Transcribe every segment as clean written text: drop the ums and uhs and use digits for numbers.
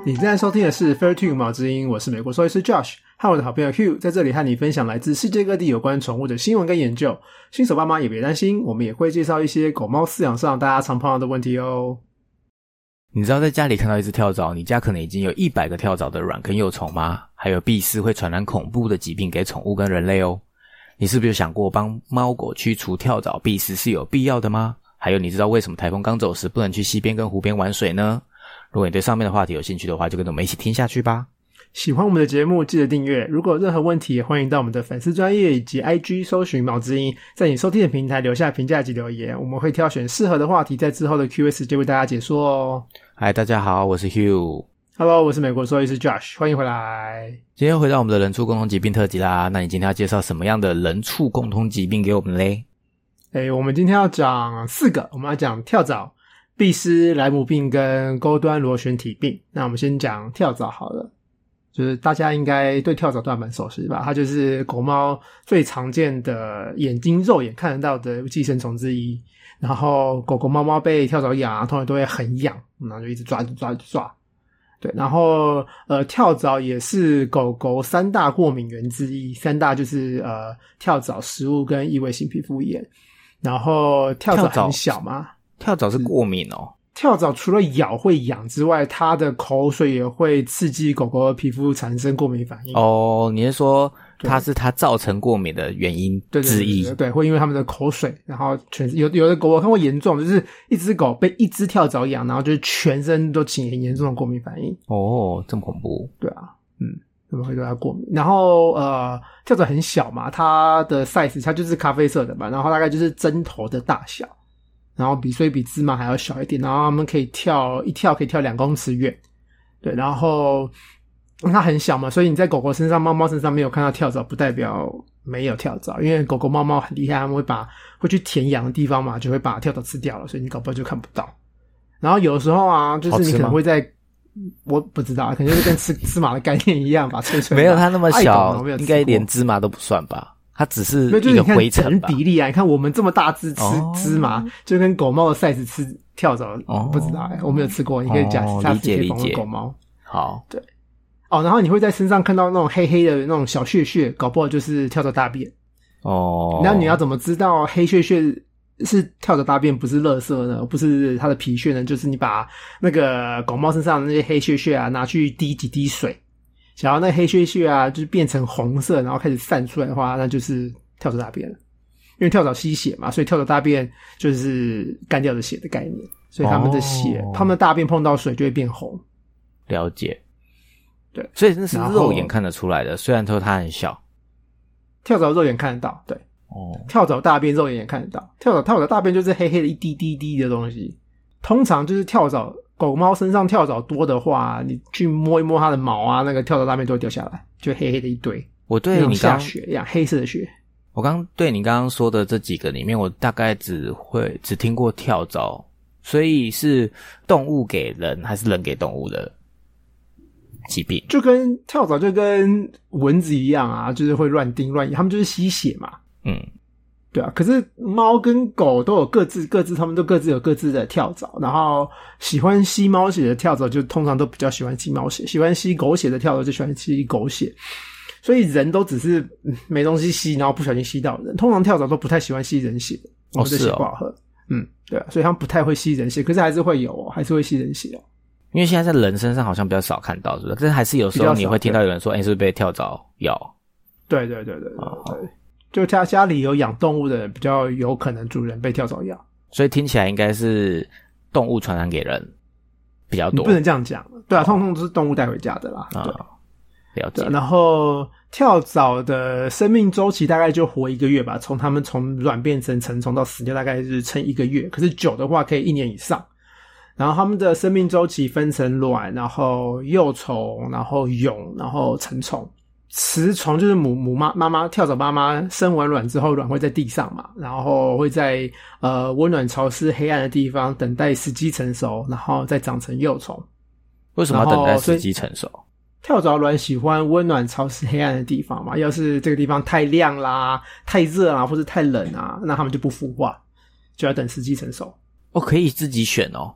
你正在收听的是 Fairtune 毛知音，我是美国兽医师 Josh， 和我的好朋友 Hugh 在这里和你分享来自世界各地有关宠物的新闻跟研究。新手爸妈也别担心，我们也会介绍一些狗猫饲养上大家常碰到的问题哦。 你知道在家里看到一只跳蚤，你家可能已经有100个跳蚤的卵跟幼虫吗？还有蜱虱会传染恐怖的疾病给宠物跟人类哦。你是不是有想过帮猫狗驱除跳蚤蜱虱是有必要的吗？还有你知道为什么台风刚走时不能去溪边跟湖边玩水呢？如果你对上面的话题有兴趣的话，就跟着我们一起听下去吧。 喜欢我们的节目记得订阅，如果有任何问题也欢迎到我们的粉丝专页以及 IG 搜寻毛知音，在你收听的平台留下评价及留言，我们会挑选适合的话题在之后的 Q&A 时间为大家解说哦。 嗨，大家好，我是 Hugh。 Hello， 我是美国兽医师 Josh， 欢迎回来。 今天回到我们的人畜共同疾病特辑啦，那你今天要介绍什么样的人畜共同疾病给我们嘞？ 我们今天要讲4个，我们要讲跳蚤、蜱虱、莱姆病跟钩端螺旋体病。那我们先讲跳蚤好了，就是大家应该对跳蚤都还蛮熟悉吧，它就是狗猫最常见的肉眼看得到的寄生虫之一。然后狗狗猫猫被跳蚤咬通常都会很痒，然后就一直抓对，然后跳蚤也是狗狗3大过敏源之一，3大就是跳蚤、食物跟异位性皮肤炎。然后跳蚤很小嘛， 跳蚤是过敏哦。 跳蚤除了咬会痒之外，它的口水也会刺激狗狗的皮肤产生过敏反应。 哦，你是说它是它造成过敏的原因之一？ 对，会因为它们的口水，然后有的狗我看过严重，就是一只狗被一只跳蚤咬，然后就是全身都起很严重的过敏反应。 哦，这么恐怖？对啊， 怎么会对它过敏？然后跳蚤很小嘛，它的 size 它就是咖啡色的嘛，然后大概就是针头的大小，然后所以比芝麻还要小一点，然后它们可以一跳可以跳2公尺远。对，然后它很小嘛，所以你在狗狗身上、猫猫身上没有看到跳蚤，不代表没有跳蚤，因为狗狗、猫猫很厉害，它们会去舔痒的地方嘛，就会把跳蚤吃掉了，所以你搞不好就看不到。然后有的时候啊，就是你可能会在我不知道，可能就是跟吃芝麻的概念一样吧，脆脆的。 没有它那么小，应该连芝麻都不算吧？它只是一个灰尘吧？ 比例啊，你看我们这么大只吃芝麻，就跟狗猫的 size 吃跳蚤，不知道我没有吃过，你可以下次可以访问狗猫。好，对。然后你会在身上看到那种黑黑的那种小屑屑，搞不好就是跳蚤大便。那你要怎么知道黑屑屑是跳蚤大便不是垃圾呢？不是它的皮屑呢？就是你把那个狗猫身上的那些黑屑屑啊拿去滴几滴水，想要那黑屑屑啊就是变成红色，然后开始散出来的话，那就是跳蚤大便了。因为跳蚤吸血嘛，所以跳蚤大便就是干掉的血的概念，所以它们的血，它们的大便碰到水就会变红。 了解。 对， 所以那是肉眼看得出来的，虽然说它很小。 跳蚤肉眼看得到，对。跳蚤大便肉眼也看得到，跳蚤大便就是黑黑的一滴滴滴的东西。通常就是狗猫身上跳蚤多的话，你去摸一摸它的毛啊，那个跳蚤大便都会掉下来，就黑黑的一堆。 我对你像下雪一样黑色的雪。 我刚对你刚刚说的这几个里面，我大概只听过跳蚤，所以是动物给人还是人给动物的疾病？就跟跳蚤就跟蚊子一样啊，就是会乱叮乱咬，它们就是吸血嘛。对啊，可是猫跟狗都有各自它们都各自有各自的跳蚤，然后喜欢吸猫血的跳蚤就通常都比较喜欢吸猫血，喜欢吸狗血的跳蚤就喜欢吸狗血。所以人都只是没东西吸，然后不小心吸到人。通常跳蚤都不太喜欢吸人血，我们的血不好喝。对啊，所以他们不太会吸人血，可是还是会有还是会吸人血哦。 因为现在在人身上好像比较少看到，是不是？但是还是有时候你会听到有人说，是不是被跳蚤咬？对。就家里有养动物的人，比较有可能主人被跳蚤咬。所以听起来应该是动物传染给人比较多。你不能这样讲，对啊，通常都是动物带回家的啦。了解。然后跳蚤的生命周期大概就活1个月吧，它们从卵变成成虫到死掉大概是撑1个月，可是久的话可以1年以上。然后它们的生命周期分成卵，然后幼虫，然后蛹，然后成虫。雌虫就是跳蚤妈妈生完卵之后，卵会在地上嘛，然后会在温暖潮湿黑暗的地方等待时机成熟，然后再长成幼虫。为什么要等待时机成熟？跳蚤卵喜欢温暖潮湿黑暗的地方嘛，要是这个地方太亮啦、太热啦或是太冷啊，那它们就不孵化，就要等时机成熟。可以自己选哦。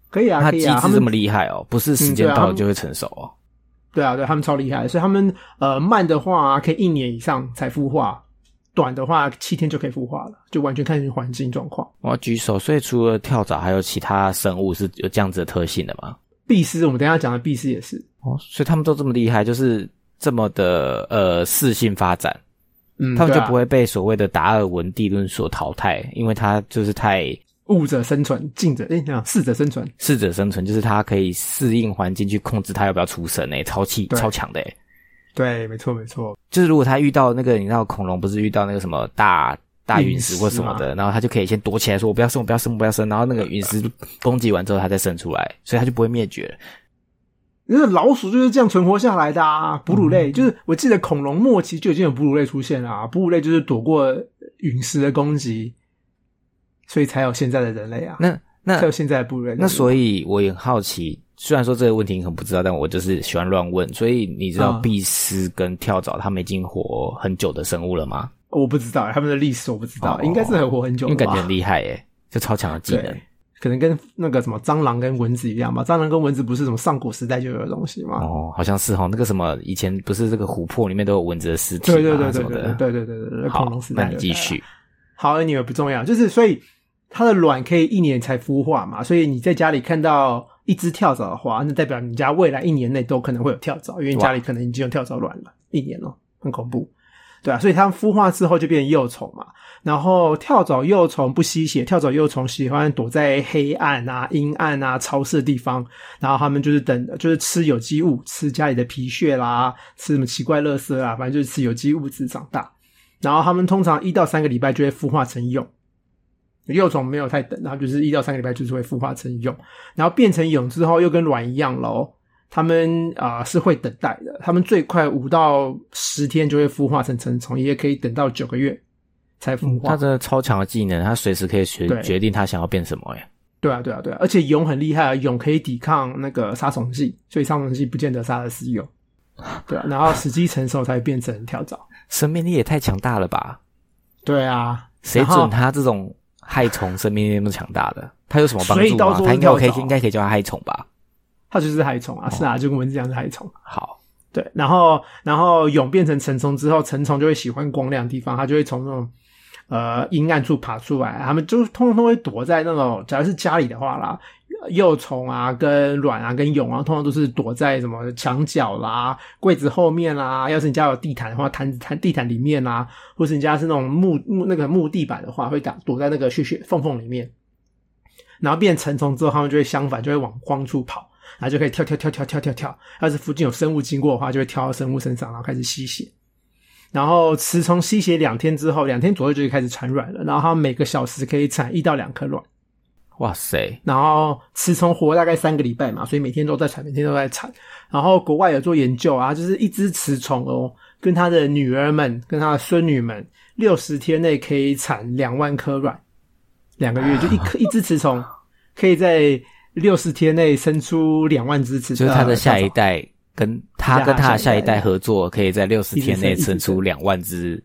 可以啊， 它机制这么厉害哦，不是时间到了就会成熟哦。 对啊，对，他们超厉害，所以他们慢的话可以1年以上才孵化，短的话7天就可以孵化了，就完全看环境状况。 我要举手，所以除了跳蚤，还有其他生物是有这样子的特性的吗？ 壁虱，我们等一下讲的壁虱也是哦，所以他们都这么厉害，就是这么的适性发展，他们就不会被所谓的达尔文地论所淘汰，因为它就是太物者生存，适者生存， 适者生存就是它可以适应环境去控制它要不要出生超强的对，没错没错， 就是如果它遇到那个你知道恐龙不是遇到那个什么大陨石或什么的，然后它就可以先躲起来说我不要生，然后那个陨石攻击完之后它再生出来，所以它就不会灭绝了。 那老鼠就是这样存活下来的啊，哺乳类就是我记得恐龙末期就已经有哺乳类出现了啊，哺乳类就是躲过陨石的攻击，所以才有现在的人类啊。那才有现在的哺乳类。 那所以我也很好奇，虽然说这个问题你可能不知道，但我就是喜欢乱问。所以你知道壁虱跟跳蚤它们已经活很久的生物了吗？ 我不知道，他们的历史我不知道，应该是很活很久的吧。 因为感觉很厉害就超强的技能。 可能跟那个什么蟑螂跟蚊子一样吧，蟑螂跟蚊子不是什么上古时代就有的东西吗？ 哦，好像是那个什么以前不是这个琥珀里面都有蚊子的尸体吗？ 对，恐龙时代。 那你继续。 好，你以为不重要，就是所以它的卵可以1年才孵化嘛，所以你在家里看到一只跳蚤的话，那代表你家未来1年内都可能会有跳蚤，因为你家里可能已经有跳蚤卵了1年了，很恐怖。对啊，所以它们孵化之后就变成幼虫嘛。然后跳蚤幼虫不吸血，跳蚤幼虫喜欢躲在黑暗啊、阴暗啊、潮湿的地方，然后他们就是吃有机物，吃家里的皮屑啦，吃什么奇怪垃圾啊，反正就是吃有机物质长大。然后他们通常1到3个礼拜就会孵化成蛹，幼虫没有太等，然后就是1到3个礼拜就是会孵化成蛹，然后变成蛹之后又跟卵一样咯，他们是会等待的，他们最快5到10天就会孵化成成虫，也可以等到9个月才孵化。 他真的超强的技能，他随时可以决定他想要变什么对啊，而且蛹很厉害啊，蛹可以抵抗那个杀虫剂，所以杀虫剂不见得杀得死蛹。对啊，然后时机成熟才变成跳蚤。 生命力也太强大了吧？ 对啊， 谁准他这种害虫生命力那么强大的？他有什么帮助吗？他应该可以叫他害虫吧？ 它就是害虫啊，是啊，就跟蚊子一样是害虫。 好， 对，然后蛹变成成虫之后，成虫就会喜欢光亮的地方，它就会从那种阴暗处爬出来，它们就通常都会躲在那种，假如是家里的话啦，幼虫啊、跟卵啊、跟蛹啊，通常都是躲在什么墙角啦、柜子后面啦。要是你家有地毯的话，地毯里面啦，或是你家是那种木地板的话，会躲在那个缝里面。然后变成虫之后，它们就会相反，就会往光处跑。然后就可以跳，要是附近有生物经过的话，就会跳到生物身上，然后开始吸血。然后雌虫吸血2天之后，2天左右就会开始产卵了，然后它每个小时可以产1到2颗卵。 哇塞！ 然后雌虫活大概3个礼拜嘛，所以每天都在产。然后国外有做研究啊，就是一只雌虫跟它的女儿们跟它的孙女们60天内可以产2万颗卵，2个月就一只雌虫可以在60天内生出2万只雌虫， 就是他的下一代跟他的下一代合作，可以在60天内生出2万只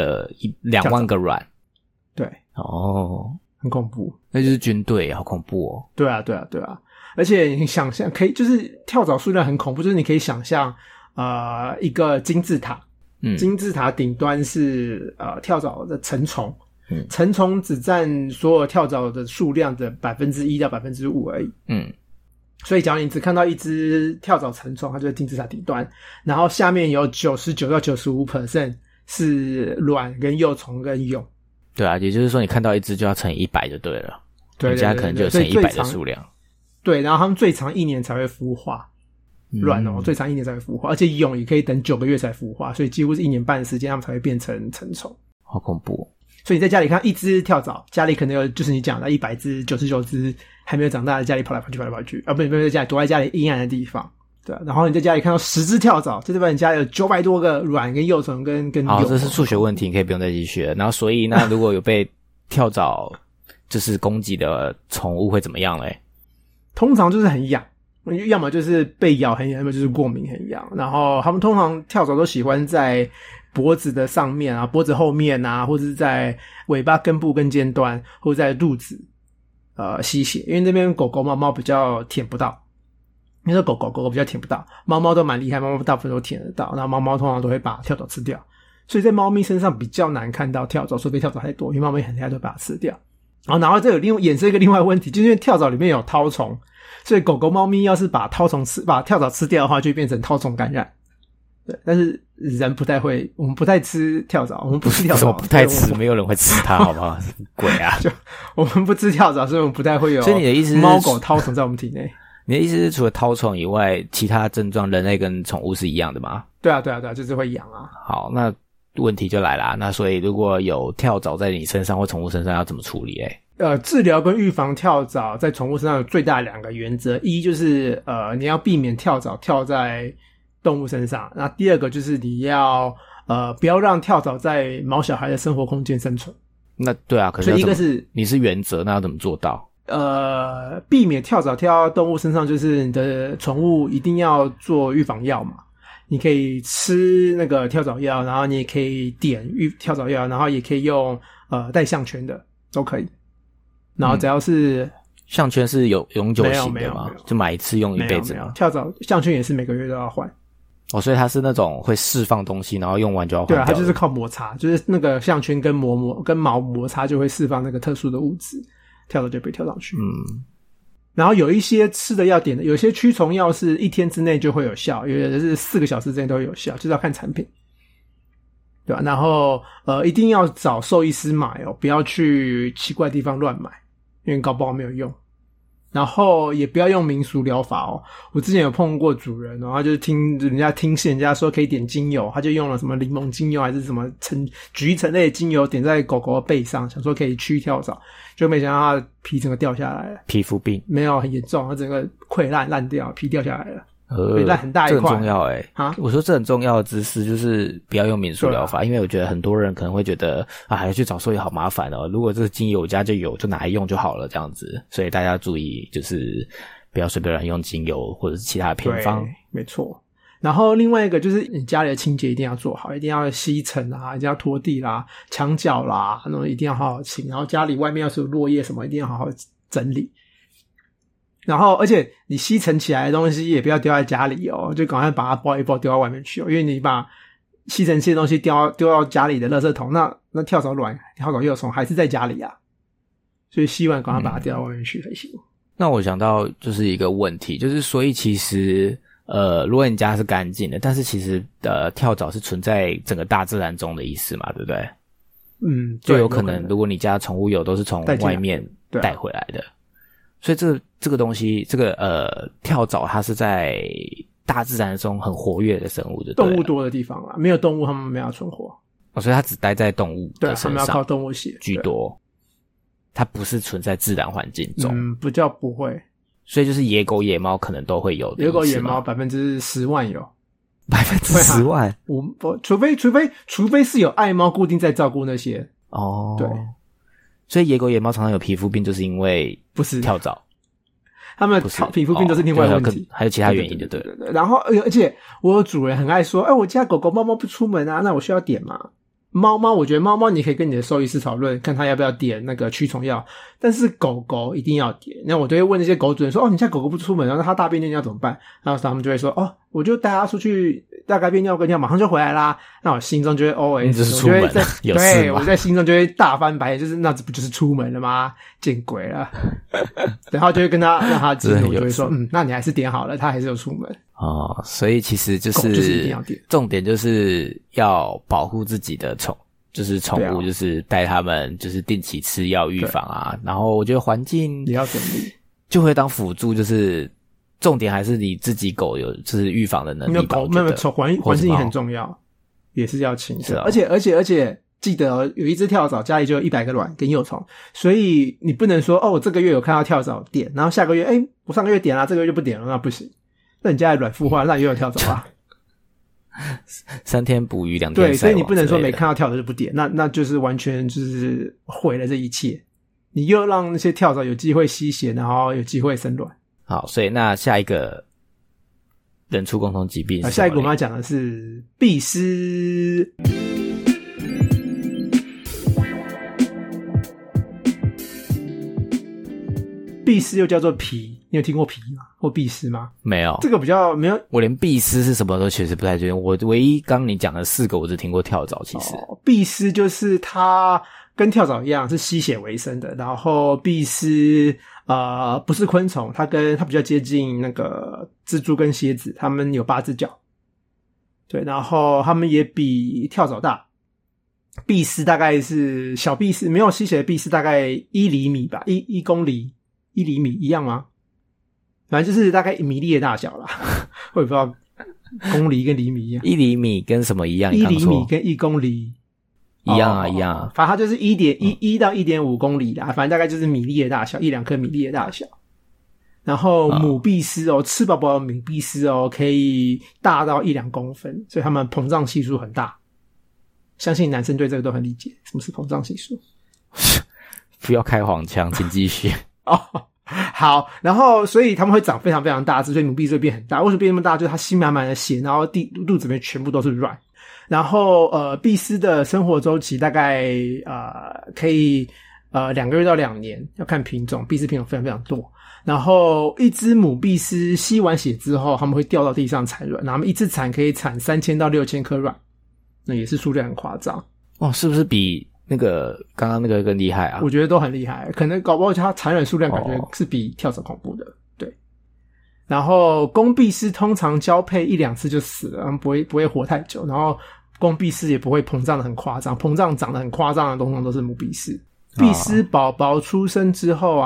2万个卵。 对，很恐怖， 那就是军队，好恐怖哦。 对啊，而且你想象可以，就是跳蚤数量很恐怖，就是你可以想象一个金字塔，金字塔顶端是跳蚤的成虫。成虫只占所有跳蚤的数量的 1% 到 5% 而已。所以假如你只看到一只跳蚤成虫，它就在金字塔顶端，然后下面有99到 95% 是卵跟幼虫跟蛹。 对啊，也就是说你看到一只就要乘以100就对了。对，你家可能就有乘以100的数量。 对，然后他们最长1年才会孵化卵最长1年才会孵化，而且蛹也可以等9个月才孵化，所以几乎是1年半的时间他们才会变成成虫。 好恐怖。 所以你在家里看一只跳蚤，家里可能有就是你讲的100只、99只还没有长大的，家里跑来跑去不在家里，躲在家里阴暗的地方。对啊，然后你在家里看到10只跳蚤，这代表你家有900多个卵跟幼虫跟蛹。 好，这是数学问题，你可以不用再继续了。然后所以那如果有被跳蚤就是攻击的宠物会怎么样嘞？ 通常就是很痒，要么就是被咬很痒，要么就是过敏很痒。然后他们通常跳蚤都喜欢在脖子的上面啊，脖子后面啊，或者是在尾巴根部跟尖端，或者在肚子吸血，因为那边狗狗猫猫比较舔不到，因为狗狗比较舔不到，猫猫都蛮厉害，猫猫大部分都舔得到，然后猫猫通常都会把跳蚤吃掉，所以在猫咪身上比较难看到跳蚤，除非跳蚤太多，因为猫咪很厉害都把它吃掉。然后这有衍生一个另外问题，就是因为跳蚤里面有绦虫，所以狗狗猫咪要是把跳蚤吃掉的话，就会变成绦虫感染。对，但是人不太会，我们不太吃跳蚤，我们不吃跳蚤， 什么不太吃？没有人会吃它，好不好？什么鬼啊！ 就我们不吃跳蚤，所以我们不太会有。 所以你的意思是猫狗绦虫在我们体内？ 你的意思是除了绦虫以外，其他症状人类跟宠物是一样的吗？ 对啊，就是会痒啊。 好，那问题就来啦。那所以如果有跳蚤在你身上或宠物身上，要怎么处理？ 治疗跟预防跳蚤在宠物身上有最大2个原则，一就是你要避免跳蚤跳在动物身上，那第2个就是你要不要让跳蚤在毛小孩的生活空间生存。 那对啊，可是所以一个是你是原则，那要怎么做到？ 避免跳蚤跳到动物身上，就是你的宠物一定要做预防药嘛。你可以吃那个跳蚤药，然后你也可以点跳蚤药，然后也可以用带项圈的都可以。然后只要是项圈是有永久型的吗？就买一次用一辈子吗？ 跳蚤项圈也是每个月都要换。 所以它是那种会释放东西，然后用完就要换掉的。 对啊，它就是靠摩擦，就是那个项圈跟毛摩擦就会释放那个特殊的物质，跳蚤就被跳上去。然后有一些吃的要点的，有些驱虫药是1天之内就会有效，有的是4个小时之内都会有效，就是要看产品。对吧？然后一定要找兽医师买不要去奇怪的地方乱买，因为搞不好没有用。然后也不要用民俗疗法我之前有碰过主人他就听人家说可以点精油，他就用了什么柠檬精油还是什么橘橙类的精油点在狗狗的背上，想说可以驱跳蚤，就没想到它的皮整个掉下来了。 皮肤病没有很严重，它整个溃烂掉，皮掉下来了。烂很大一块， 这很重要我说这很重要的知识就是不要用民俗疗法，因为我觉得很多人可能会觉得还要去找兽医好麻烦如果这个精油我家就有，就拿来用就好了这样子。所以大家注意，就是不要随便乱用精油或者是其他的偏方。 没错。然后另外一个就是你家里的清洁一定要做好，一定要吸尘啊，一定要拖地啦，墙角啦，那种一定要好好清。然后家里外面要是有落叶什么，一定要好好整理。然后而且你吸尘起来的东西也不要丢在家里就赶快把它包一包丢到外面去因为你把吸尘器的东西丢到家里的垃圾桶，那跳蚤卵、跳蚤幼虫还是在家里啊，所以吸完赶快把它丢到外面去才行。 那我想到就是一个问题，就是所以其实如果你家是干净的，但是其实跳蚤是存在整个大自然中的意思嘛，对不对？就有可能如果你家宠物友都是从外面带回来的。所以这个东西，这个跳蚤它是在大自然中很活跃的生物的， 动物多的地方啦，没有动物它们没有存活。 所以它只待在动物的身上， 对，它们要靠动物血居多，它不是存在自然环境中。 不会。 所以就是野狗野猫可能都会有的。 野狗野猫10%万有 ，10%万。 除非是有爱猫固定在照顾那些。对。 所以野狗野猫常常有皮肤病，就是因为不是跳蚤， 他们皮肤病都是另外问题， 还有其他原因的。对。 然后而且我有主人很爱说，我家狗狗猫猫不出门啊，那我需要点吗？猫猫，我觉得猫猫你可以跟你的兽医师讨论，看他要不要点那个驱虫药，但是狗狗一定要点。那我都会问那些狗主人说，你家狗狗不出门，然后它大便尿尿怎么办？然后他们就会说，我就带它出去大概便尿个尿，马上就回来啦。那我心中就会你只是出门了，有事吗？ 对，我在心中就会大翻白眼，就是那不就是出门了吗？见鬼了！然后就会跟他让他记录，就会说，那你还是点好了，他还是有出门。 所以其实就是一定要点， 重点就是要保护自己的宠物，就是带他们就是定期吃药预防啊。然后我觉得环境也要整理， 就会当辅助，就是重点还是你自己狗有就是预防的能力吧。 没有环境也很重要，也是要清洁。而且记得有一只跳蚤家里就有100个卵跟幼虫，所以你不能说我这个月有看到跳蚤点，然后下个月我上个月点了，这个月就不点了，那不行。那你家的卵孵化，那也有跳蚤啊。 3天捕鱼2天晒网。 对，所以你不能说没看到跳蚤就不点，那就是完全就是毁了这一切。你又让那些跳蚤有机会吸血，然后有机会生卵。 好，所以那下一个人畜共同疾病是什么？ 下一个我们要讲的是蜱虱。 壁虱又叫做蜱，你有听过蜱吗？或壁虱吗？ 没有， 这个比较没有。 我连壁虱是什么都其实不太确定。我唯一刚你讲的4个，我只听过跳蚤。其实壁虱就是它跟跳蚤一样是吸血为生的，然后壁虱不是昆虫，它比较接近那个蜘蛛跟蝎子，它们有8只脚。对，然后它们也比跳蚤大。壁虱大概是小壁虱，没有吸血的壁虱大概1厘米吧，1公里1厘米一样吗？反正就是大概1米粒的大小啦，我也不知道公厘跟厘米一样。 1厘米跟什么一样 ？1厘米跟1公里一样啊，一样啊。 反正它就是1到1.5公里啦，反正大概就是米粒的大小，1-2颗米粒的大小。然后母壁虱吃饱饱的母壁虱可以大到1-2公分，所以它们膨胀系数很大。相信男生对这个都很理解，什么是膨胀系数？ 不要开黄腔，请继续。 好，然后所以他们会长非常非常大只，所以母壁虱会变很大。为什么变那么大？就是它吸满满的血，然后肚子里面全部都是卵。然后壁虱的生活周期大概可以2个月到2年，要看品种，壁虱品种非常非常多。然后一只母壁虱吸完血之后，它们会掉到地上产卵，然后它们一次产可以产3000到6000颗卵。那也是数量很夸张是不是比那个刚刚那个更厉害啊？ 我觉得都很厉害，可能搞不好它产卵数量感觉是比跳蚤恐怖的。对，然后公壁虱通常交配1-2次就死了，不会活太久，然后公壁虱也不会膨胀的很夸张，膨胀长得很夸张的通常都是母壁虱。壁虱宝宝出生之后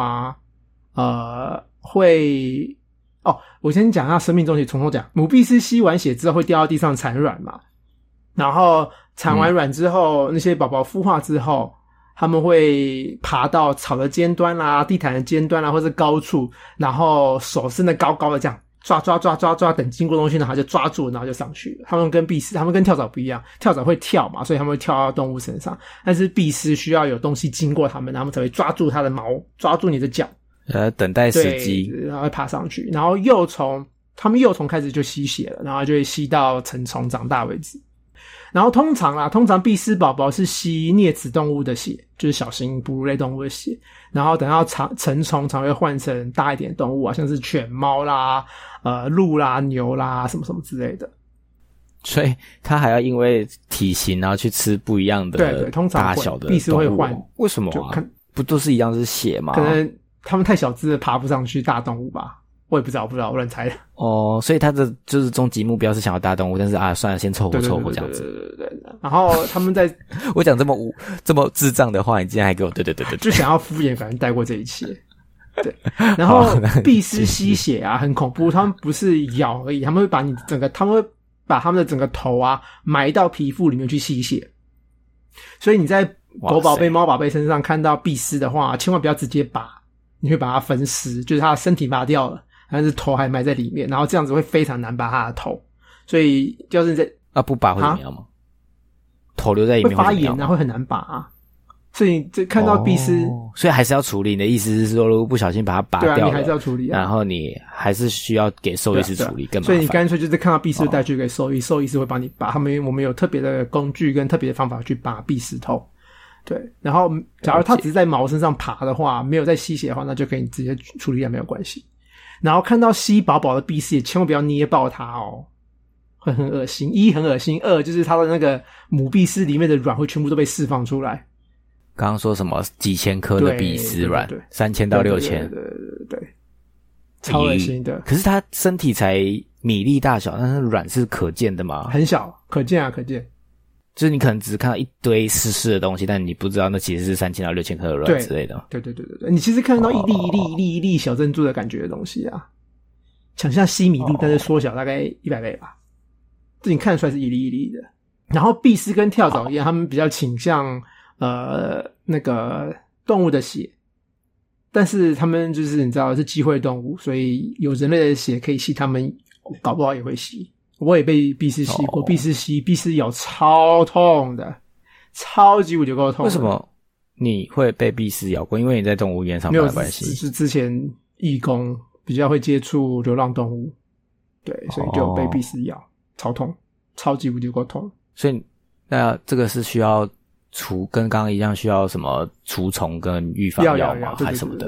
会我先讲一下生命周期，从头讲。母壁虱吸完血之后会掉到地上产卵嘛，然后产完卵之后，那些宝宝孵化之后，他们会爬到草的尖端啦、地毯的尖端啦，或是高处，然后手伸得高高的这样抓，等经过东西呢，他就抓住，然后就上去了。他们跟跳蚤不一样，跳蚤会跳嘛，所以他们会跳到动物身上，但是壁虱需要有东西经过他们，然后他们才会抓住它的毛，抓住你的脚， 等待时机， 然后会爬上去。然后他们幼虫开始就吸血了，然后就会吸到成虫长大为止。然后通常壁虱宝宝是吸啮齿动物的血，就是小型哺乳类动物的血，然后等到成虫才会换成大一点的动物像是犬猫啦、鹿啦、牛啦什么什么之类的。 所以它还要因为体型然后去吃不一样的大小的动物。 壁虱会换， 为什么不都是一样是血吗？ 可能它们太小只爬不上去大动物吧。我也不知道，我乱猜的。 所以他的就是终极目标是想要大动物，但是算了，先凑合这样子。 对。然后他们在我讲这么智障的话，你竟然还给我对，就想要敷衍，反正带过这一切。对，然后壁虱吸血很恐怖，他们不是咬而已，他们会把他们的整个头埋到皮肤里面去吸血。所以你在狗宝贝、猫宝贝身上看到壁虱的话，千万不要直接拔，你会把它分尸，就是它的身体拔掉了。但是头还埋在里面，然后这样子会非常难拔它的头，所以就是在不拔会怎么样吗？头留在里面会发炎会很难拔所以这看到壁虱， 所以还是要处理。你的意思是说，如果不小心把它拔掉了， 你还是要处理然后你还是需要给兽医师处理，更麻烦。 所以你干脆就是看到壁虱带去给兽医，兽医师会帮你拔。我们有特别的工具跟特别的方法去拔壁虱头。对，然后假如它只是在毛身上爬的话，没有在吸血的话，那就可以直接处理也没有关系。然后看到吸饱饱的壁虱，也千万不要捏爆它会很恶心。很恶心，就是它的那个母壁虱里面的卵会全部都被释放出来。 刚刚说什么几千颗的壁虱卵，3000到6000， 对，超恶心的。 可是它身体才米粒大小，但是卵是可见的吗？ 很小，可见。 就是你可能只是看到一堆湿湿的东西，但你不知道那其实是3000到6000颗的卵之类的。 对，你其实看到一粒小珍珠的感觉的东西想象西米露，但是缩小大概100倍吧。这你看得出来是一粒一粒的。然后壁虱跟跳蚤一样，他们比较倾向那个动物的血，但是他们就是你知道是机会动物，所以有人类的血可以吸，他们搞不好也会吸。我也被壁虱吸过，壁虱咬超痛的，超级无敌够痛。 为什么你会被壁虱咬过？因为你在动物园上班的关系。 是之前义工比较会接触流浪动物，对，所以就被壁虱咬，超痛，超级无敌够痛。 所以那这个是需要跟刚刚一样需要什么除虫跟预防药吗？还是什么的？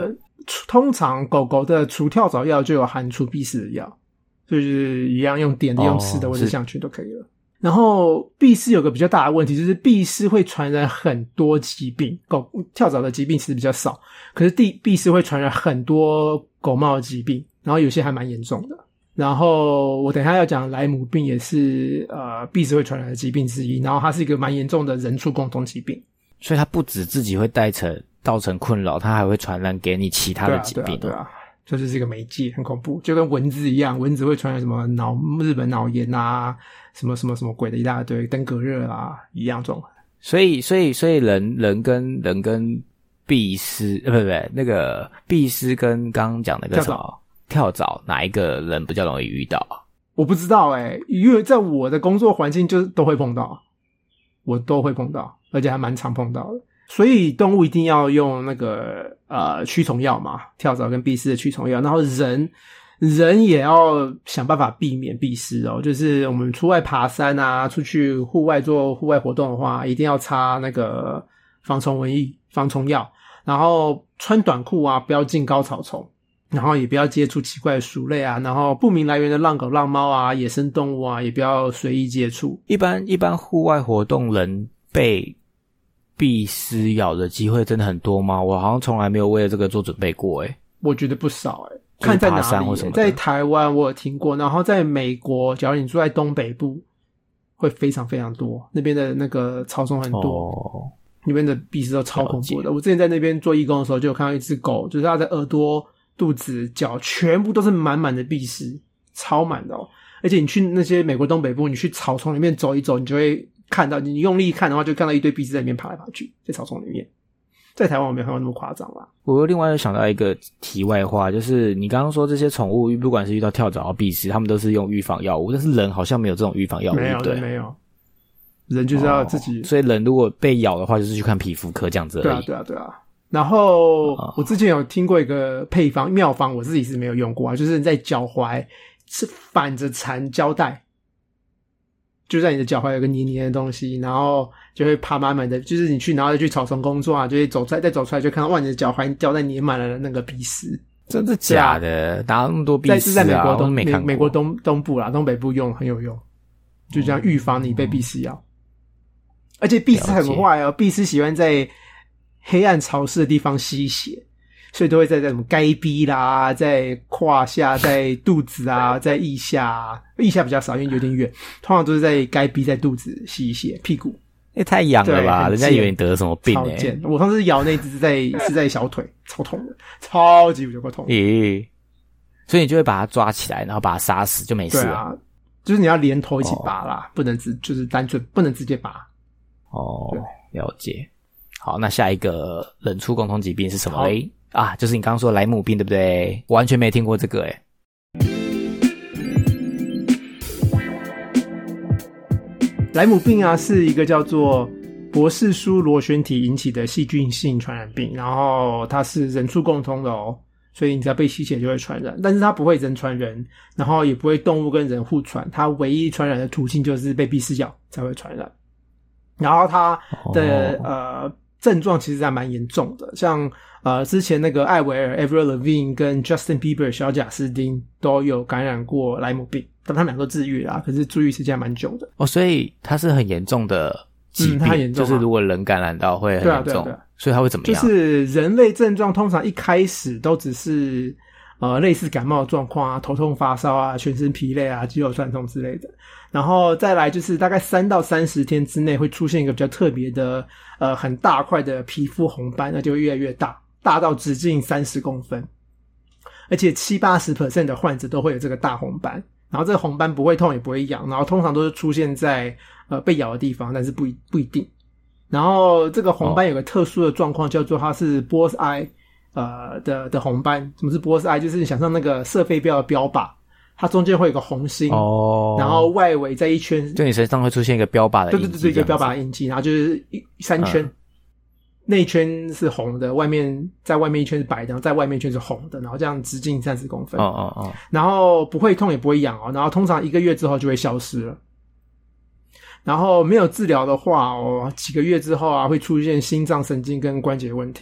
通常狗狗的除跳蚤药就有含除蜱虱的药，就是一样用点的、用吃的或者项圈都可以了。然后蜱虱有个比较大的问题，就是蜱虱会传染很多疾病，跳蚤的疾病其实比较少，可是蜱虱会传染很多狗猫的疾病，然后有些还蛮严重的。然后我等一下要讲莱姆病也是蜱虱会传染的疾病之一，然后它是一个蛮严重的人畜共同疾病， 所以它不止自己会造成困扰，它还会传染给你其他的疾病。 对啊，这就是一个媒介，很恐怖，就跟蚊子一样，蚊子会传染什么日本脑炎啊，什么鬼的一大堆，登革热啊一样这种。 所以人跟蜱虱不那个蜱虱跟刚刚讲那个什么跳蚤哪一个人比较容易遇到？ 我不知道因为在我的工作环境就是都会碰到，我都会碰到，而且还蛮常碰到的。所以动物一定要用那个驱虫药嘛，跳蚤跟蜱虱的驱虫药，然后人也要想办法避免蜱虱就是我们出外爬山啊，出去户外做户外活动的话，一定要擦那个防虫蚊液、防虫药，然后穿短裤啊，不要进高草丛，然后也不要接触奇怪的鼠类啊，然后不明来源的浪狗、浪猫啊、野生动物啊，也不要随意接触。 一般户外活动人被蜱虱咬的机会真的很多吗？我好像从来没有为了这个做准备过我觉得不少看在哪里在台湾我有听过，然后在美国，假如你住在东北部，会非常非常多，那边的那个草丛很多，那边的蜱虱都超恐怖的。我之前在那边做义工的时候，就有看到一只狗，就是它的耳朵、肚子、脚全部都是满满的蜱虱，超满的而且你去那些美国东北部，你去草丛里面走一走，你就会看到，你用力看的话，就看到一堆蜱虱在里面爬来爬去，在草丛里面。在台湾我没有看到那么夸张啦。 我又另外又想到一个题外话，就是你刚刚说这些宠物不管是遇到跳蚤和蜱虱，他们都是用预防药物，但是人好像没有这种预防药物。 没有，人就是要自己所以人如果被咬的话，就是去看皮肤科这样子而已。 对啊。然后我之前有听过一个配方妙方，我自己是没有用过就是你在脚踝是反着缠胶带，就在你的脚踝有个黏黏的东西，然后就会爬满满的，就是你去然后再去草丛工作啊，就会再走出来就看到哇，你的脚踝胶带黏满了那个蜱虱。 真的假的？哪有那么多蜱虱在美国美国东部啦，东北部用很有用，就这样预防你被蜱虱咬。而且蜱虱很坏蜱虱喜欢在黑暗潮湿的地方吸血，所以都会在什么该逼啦，在胯下，在肚子啊，在腋下腋下比较少，因为有点远，通常都是在该逼在肚子吸血，屁股太痒了吧，人家以为你得了什么病我上次咬那只是在小腿，超痛的，超级有够痛所以你就会把它抓起来，然后把它杀死就没事了。对啊， 就是你要连头一起拔啦，不能就是单纯不能直接拔。 了解。好，那下一个人畜共同疾病是什么嘞？就是你刚刚说的莱姆病，对不对？我完全没听过这个莱姆病是一个叫做博氏苏螺旋体引起的细菌性传染病，然后它是人畜共通的所以你只要被吸血就会传染，但是它不会人传人，然后也不会动物跟人互传，它唯一传染的途径就是被蜱虱咬才会传染。然后它的症状其实还蛮严重的，像之前那个艾薇儿 Avril Lavigne 跟 Justin Bieber 小贾斯汀都有感染过莱姆病，但他们两个都治愈啦，可是治愈时间还蛮久的。 所以它是很严重的疾病， 它很严重就是如果人感染到会很严重。对，所以它会怎么样？ 就是人类症状通常一开始都只是类似感冒的状况头痛发烧啊，全身疲累啊，肌肉酸痛之类的。然后再来就是大概3到30天之内会出现一个比较特别的很大块的皮肤红斑，那就会越来越大到直径30公分，而且70-80% 的患者都会有这个大红斑，然后这个红斑不会痛也不会痒，然后通常都是出现在被咬的地方，但是不一定。然后这个红斑有个特殊的状况，叫做它是 Bull's Eye 的红斑。什么是 Bull's Eye？ 就是你想象那个射飞镖的标靶，它中间会有个红心然后外围在一圈， 就你身上会出现一个标靶的印记。 对，一个标靶的印记，然后就是3圈，内圈是红的，在外面一圈是白的，然后在外面一圈是红的，然后这样直径30公分。然后不会痛也不会痒然后通常1个月之后就会消失了。然后没有治疗的话几个月之后会出现心脏神经跟关节问题，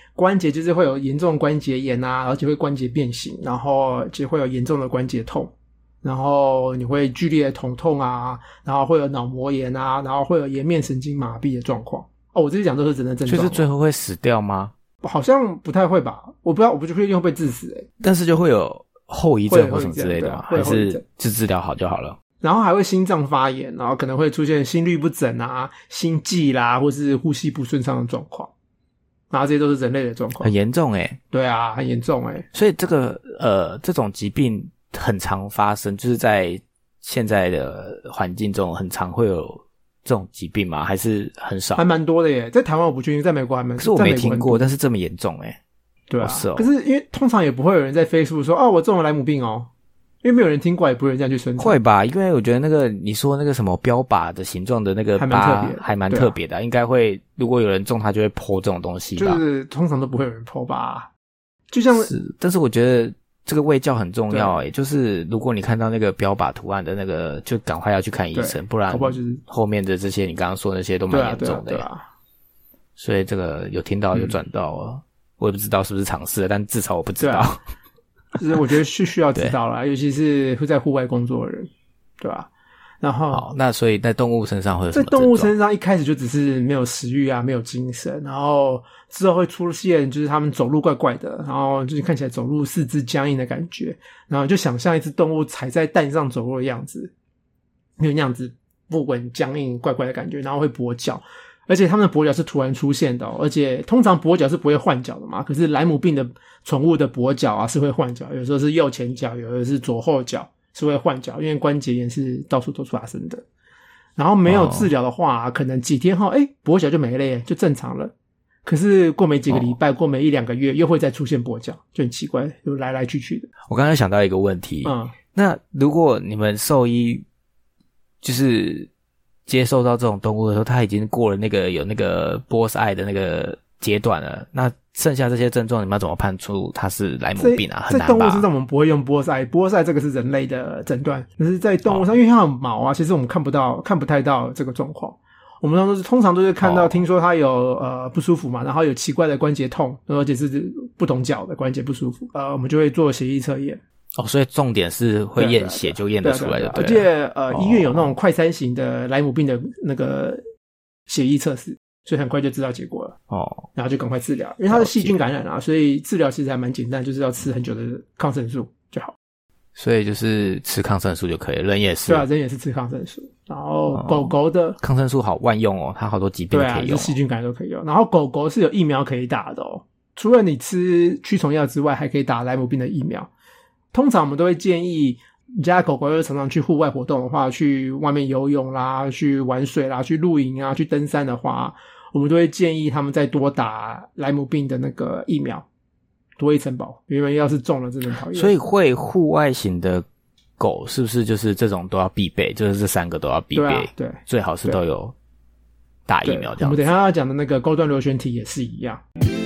关节就是会有严重的关节炎啊，而且会关节变形，然后就会有严重的关节痛，然后你会剧烈的疼痛啊，然后会有脑膜炎啊，然后会有颜面神经麻痹的状况。哦，我这些讲都是真的症状。 就是最后会死掉吗？ 好像不太会吧，我不知道，我不确定会被致死但是就会有后遗症或什么之类的吗？还是治疗好就好了？ 然后还会心脏发炎，然后可能会出现心律不整啊、心悸啦，或是呼吸不顺畅的状况。然后这些都是人类的状况， 很严重对啊，很严重所以这个这种疾病很常发生，就是在现在的环境中很常会有这种疾病吗？还是很少？ 还蛮多的耶，在台湾我不确定，在美国还蛮多。 可是我没听过，但是这么严重对啊，可是因为通常也不会有人在 Facebook 说我中了莱姆病因为没有人听过，也不会有人这样去宣传。 会吧？因为我觉得那个你说那个什么标靶的形状的那个疤还蛮特别的，应该会如果有人中他就会 po 这种东西吧。 就是通常都不会有人 po 吧。就像是，但是我觉得这个卫教很重要就是如果你看到那个标靶图案的那个，就赶快要去看医生，不然后面的这些你刚刚说的那些都蛮严重的。 对啊。 所以这个有听到有转到我也不知道是不是尝试了，但至少我不知道。 就是我觉得是需要知道啦，尤其是会在户外工作的人，对吧？然后好，那所以在动物身上会有什么症状？ 在动物身上一开始就只是没有食欲啊，没有精神，然后之后会出现就是他们走路怪怪的，然后就是看起来走路四肢僵硬的感觉，然后就想象一只动物踩在蛋上走路的样子，有那样子不稳、僵硬、怪怪的感觉，然后会跛脚。而且他们的跛脚是突然出现的而且通常跛脚是不会换脚的嘛，可是莱姆病的宠物的跛脚啊是会换脚，有时候是右前脚，有的是左后脚是会换脚，因为关节炎是到处都发生的。然后没有治疗的话可能几天后跛脚就没了耶，就正常了。可是过没几个礼拜过没1-2个月又会再出现跛脚，就很奇怪，就来来去去的。 我刚才想到一个问题那如果你们兽医就是接受到这种动物的时候，它已经过了那个有那个 bullseye 的那个阶段了，那剩下这些症状你们要怎么判出它是莱姆病啊？很难吧？ 在动物身上我们不会用 bullseye 这个是人类的诊断，可是在动物上因为它有毛啊，其实我们看不太到这个状况。我们通常都是看到听说它有不舒服嘛，然后有奇怪的关节痛，而且是不同脚的关节不舒服，我们就会做血液测验。 所以重点是会验血就验得出来的。 而且医院有那种快筛型的莱姆病的那个血液测试，所以很快就知道结果了然后就赶快治疗，因为它是细菌感染啊，所以治疗其实还蛮简单，就是要吃很久的抗生素就好。 所以就是吃抗生素就可以了，人也是。 对啊，人也是吃抗生素。然后狗狗的抗生素好万用它好多疾病可以用细菌感染都可以用。然后狗狗是有疫苗可以打的除了你吃驱虫药之外，还可以打莱姆病的疫苗。通常我们都会建议你家的狗狗常常去户外活动的话，去外面游泳啦，去玩水啦，去露营啊，去登山的话，我们都会建议他们再多打莱姆病的那个疫苗，多一层保，因为要是中了真的很讨厌。 所以会户外型的狗是不是就是这种都要必备，就是这3个都要必备？ 对， 最好是都有打疫苗这样子。 我们等一下要讲的那个钩端螺旋体也是一样。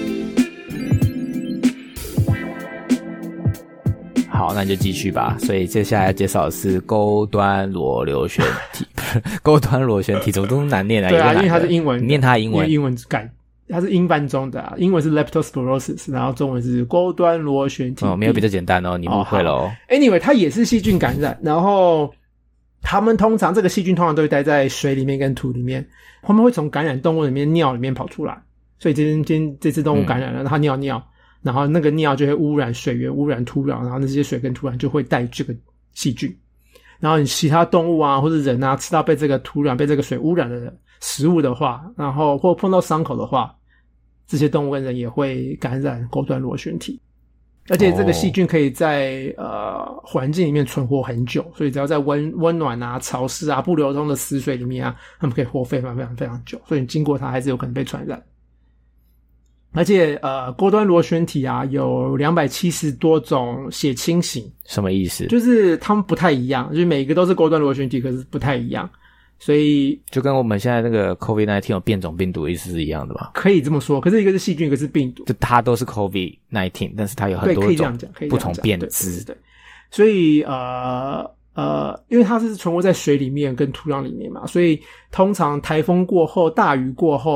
好，那就继续吧。所以接下来介绍的是钩端螺旋体，钩端螺旋体怎么都难念啊？ 对啊，因为它是英文， 你念它英文， 英文改，它是英翻中的英文是 leptospirosis， 然后中文是钩端螺旋体。 没有比较简单你误会了 Anyway， 它也是细菌感染，然后他们这个细菌通常都会待在水里面跟土里面，他们会从感染动物里面尿里面跑出来，所以这只动物感染了，它尿，然后那个尿就会污染水源，污染土壤，然后那些水跟土壤就会带这个细菌，然后你其他动物啊或者人啊吃到被这个土壤被这个水污染的食物的话，然后或碰到伤口的话，这些动物跟人也会感染钩端螺旋体。而且这个细菌可以在环境里面存活很久，所以只要在温暖啊、潮湿啊、不流通的死水里面啊，它们可以活非常非常非常久，所以你经过它还是有可能被传染。而且钩端螺旋体啊有270多种血清型。 什么意思？ 就是它们不太一样，就是每一个都是钩端螺旋体，可是不太一样，所以就跟我们现在那个 COVID-19 有变种病毒意思是一样的吧？ 可以这么说，可是一个是细菌，一个是病毒， 就它都是 COVID-19， 但是它有很多种不同变支。 对，所以因为它是存活在水里面跟土壤里面嘛，所以通常台风过后、大雨过后，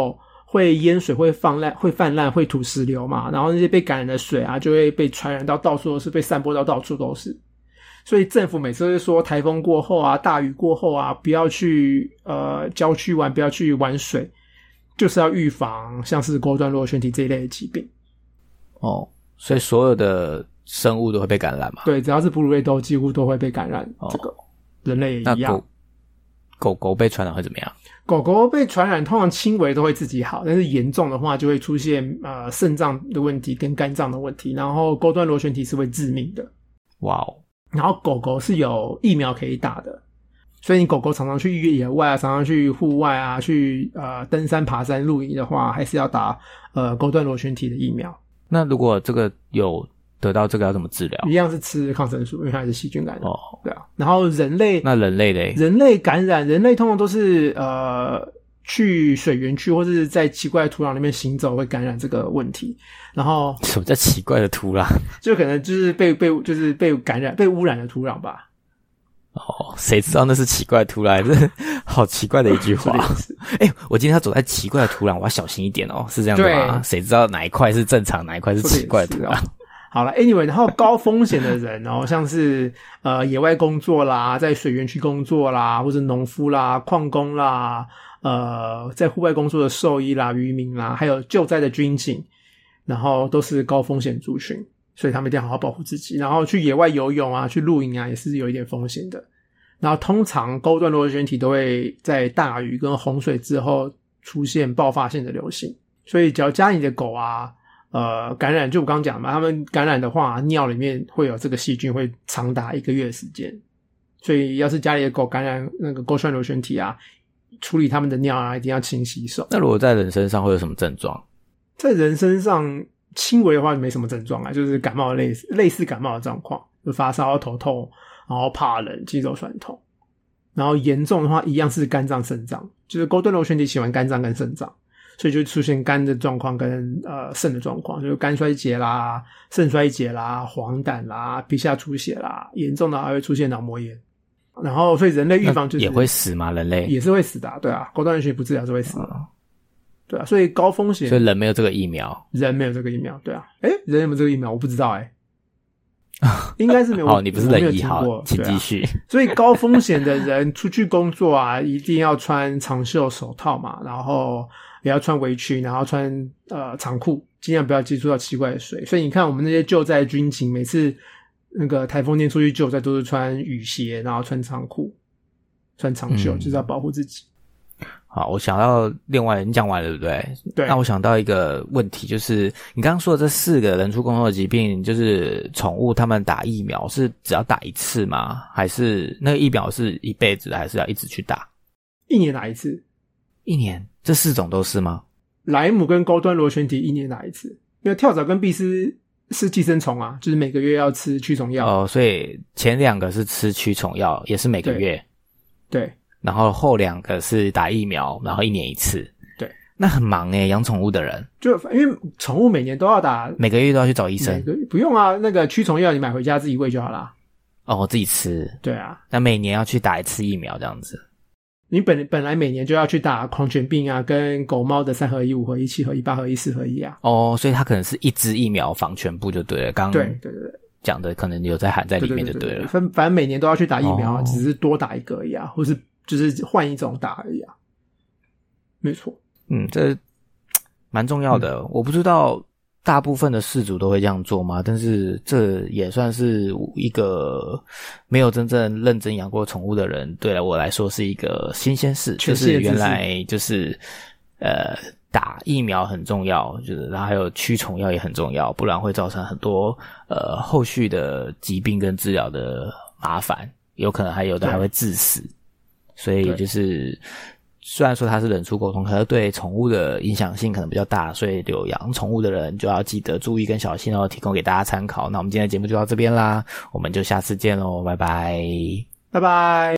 会淹水、会泛滥、会土石流嘛，然后那些被感染的水啊，就会被传染到到处都是，被散播到到处都是。所以政府每次都是说台风过后啊，大雨过后啊，不要去郊区玩，不要去玩水，就是要预防像是钩端螺旋体这一类的疾病。 哦，所以所有的生物都会被感染嘛？ 对，只要是哺乳类都几乎都会被感染。这个人类也一样。 狗狗被传染会怎么样？ 狗狗被传染通常轻微都会自己好，但是严重的话就会出现肾脏的问题跟肝脏的问题，然后钩端螺旋体是会致命的。 哇哦！ 然后狗狗是有疫苗可以打的，所以你狗狗常常去野外啊，常常去户外啊，去登山爬山露营的话，还是要打钩端螺旋体的疫苗。 那如果这个有得到这个要怎么治疗？ 一样是吃抗生素，因为它是细菌感染。哦，对啊。然后人类嘞？ 人类感染，人类通常都是去水源区或是在奇怪的土壤里面行走会感染这个问题。然后什么叫奇怪的土壤？ 就可能就是被感染、被污染的土壤吧。 哦，谁知道那是奇怪的土壤？这好奇怪的一句话。我今天要走在奇怪的土壤，我要小心一点哦，是这样子吗？谁知道哪一块是正常，哪一块是奇怪的土壤？ 好了 ，anyway， 然后高风险的人像是野外工作啦，在水源区工作啦，或者农夫啦、矿工啦，在户外工作的兽医啦、渔民啦，还有救灾的军警，然后都是高风险族群，所以他们一定要好好保护自己。然后去野外游泳啊，去露营啊，也是有一点风险的。然后通常钩端螺旋体都会在大雨跟洪水之后出现爆发性的流行，所以只要家里的狗啊感染，就我刚刚讲嘛，他们感染的话，尿里面会有这个细菌，会长达1个月的时间。所以要是家里的狗感染那个钩端螺旋体啊，处理他们的尿啊，一定要勤洗手。 那如果在人身上会有什么症状？ 在人身上轻微的话没什么症状啊，就是感冒类似感冒的状况，就发烧、头痛，然后怕冷、肌肉酸痛。然后严重的话一样是肝脏、肾脏，就是钩端螺旋体喜欢肝脏跟肾脏。所以就出现肝的状况跟肾的状况，就是肝衰竭啦、肾衰竭啦、黄疸啦、皮下出血啦，严重的还会出现脑膜炎。然后所以人类预防就是也会死吗？人类也是会死的对啊，钩端螺旋体不治疗是会死的。对啊，所以高风险。 所以人没有这个疫苗。 人没有这个疫苗，对啊。人有没有这个疫苗我不知道应该是没有。 好，你不是人医，好，请继续。 所以高风险的人出去工作啊，一定要穿长袖手套嘛，然后也要穿围裙，然后穿长裤，尽量不要接触到奇怪的水。所以你看我们那些救灾军警，每次那个台风天出去救灾都是穿雨鞋，然后穿长裤、穿长袖，就是要保护自己。 好，我想到另外你讲完了对不对？ 对。 那我想到一个问题，就是你刚刚说的这4个人畜共通的疾病，就是宠物他们打疫苗是只要打1次吗？还是那个疫苗是一辈子的，还是要一直去打 ？1年打1次。 1年？这4种都是吗？ 莱姆跟钩端螺旋体1年打1次，因为跳蚤跟蜱是寄生虫啊，就是每个月要吃驱虫药。 所以前2个是吃驱虫药，也是每个月。 对。 然后后2个是打疫苗，然后1年1次。 对。 那很忙养宠物的人。 就因为宠物每年都要打， 每个月都要去找医生。 不用啊，那个驱虫药你买回家自己喂就好啦。 自己吃。 对啊。 那每年要去打1次疫苗这样子。 你本来每年就要去打狂犬病啊，跟狗猫的3合1、5合1、7合1、8合1、4合1啊。 所以它可能是1支疫苗防全部就对了。刚对讲的可能有在含在里面就对了。 反正每年都要去打疫苗，只是多打1个而已啊，或是就是换一种打而已啊。没错。 这蛮重要的。我不知道大部分的饲主都会这样做吗？但是这也算是一个没有真正认真养过宠物的人，对我来说是一个新鲜事，就是原来就是打疫苗很重要，就是然后还有驱虫药也很重要，不然会造成很多后续的疾病跟治疗的麻烦，有可能还有的还会致死。所以就是虽然说它是人畜沟通，可是对宠物的影响性可能比较大，所以有养宠物的人就要记得注意跟小心提供给大家参考。那我们今天的节目就到这边啦，我们就下次见咯，拜拜。 拜拜。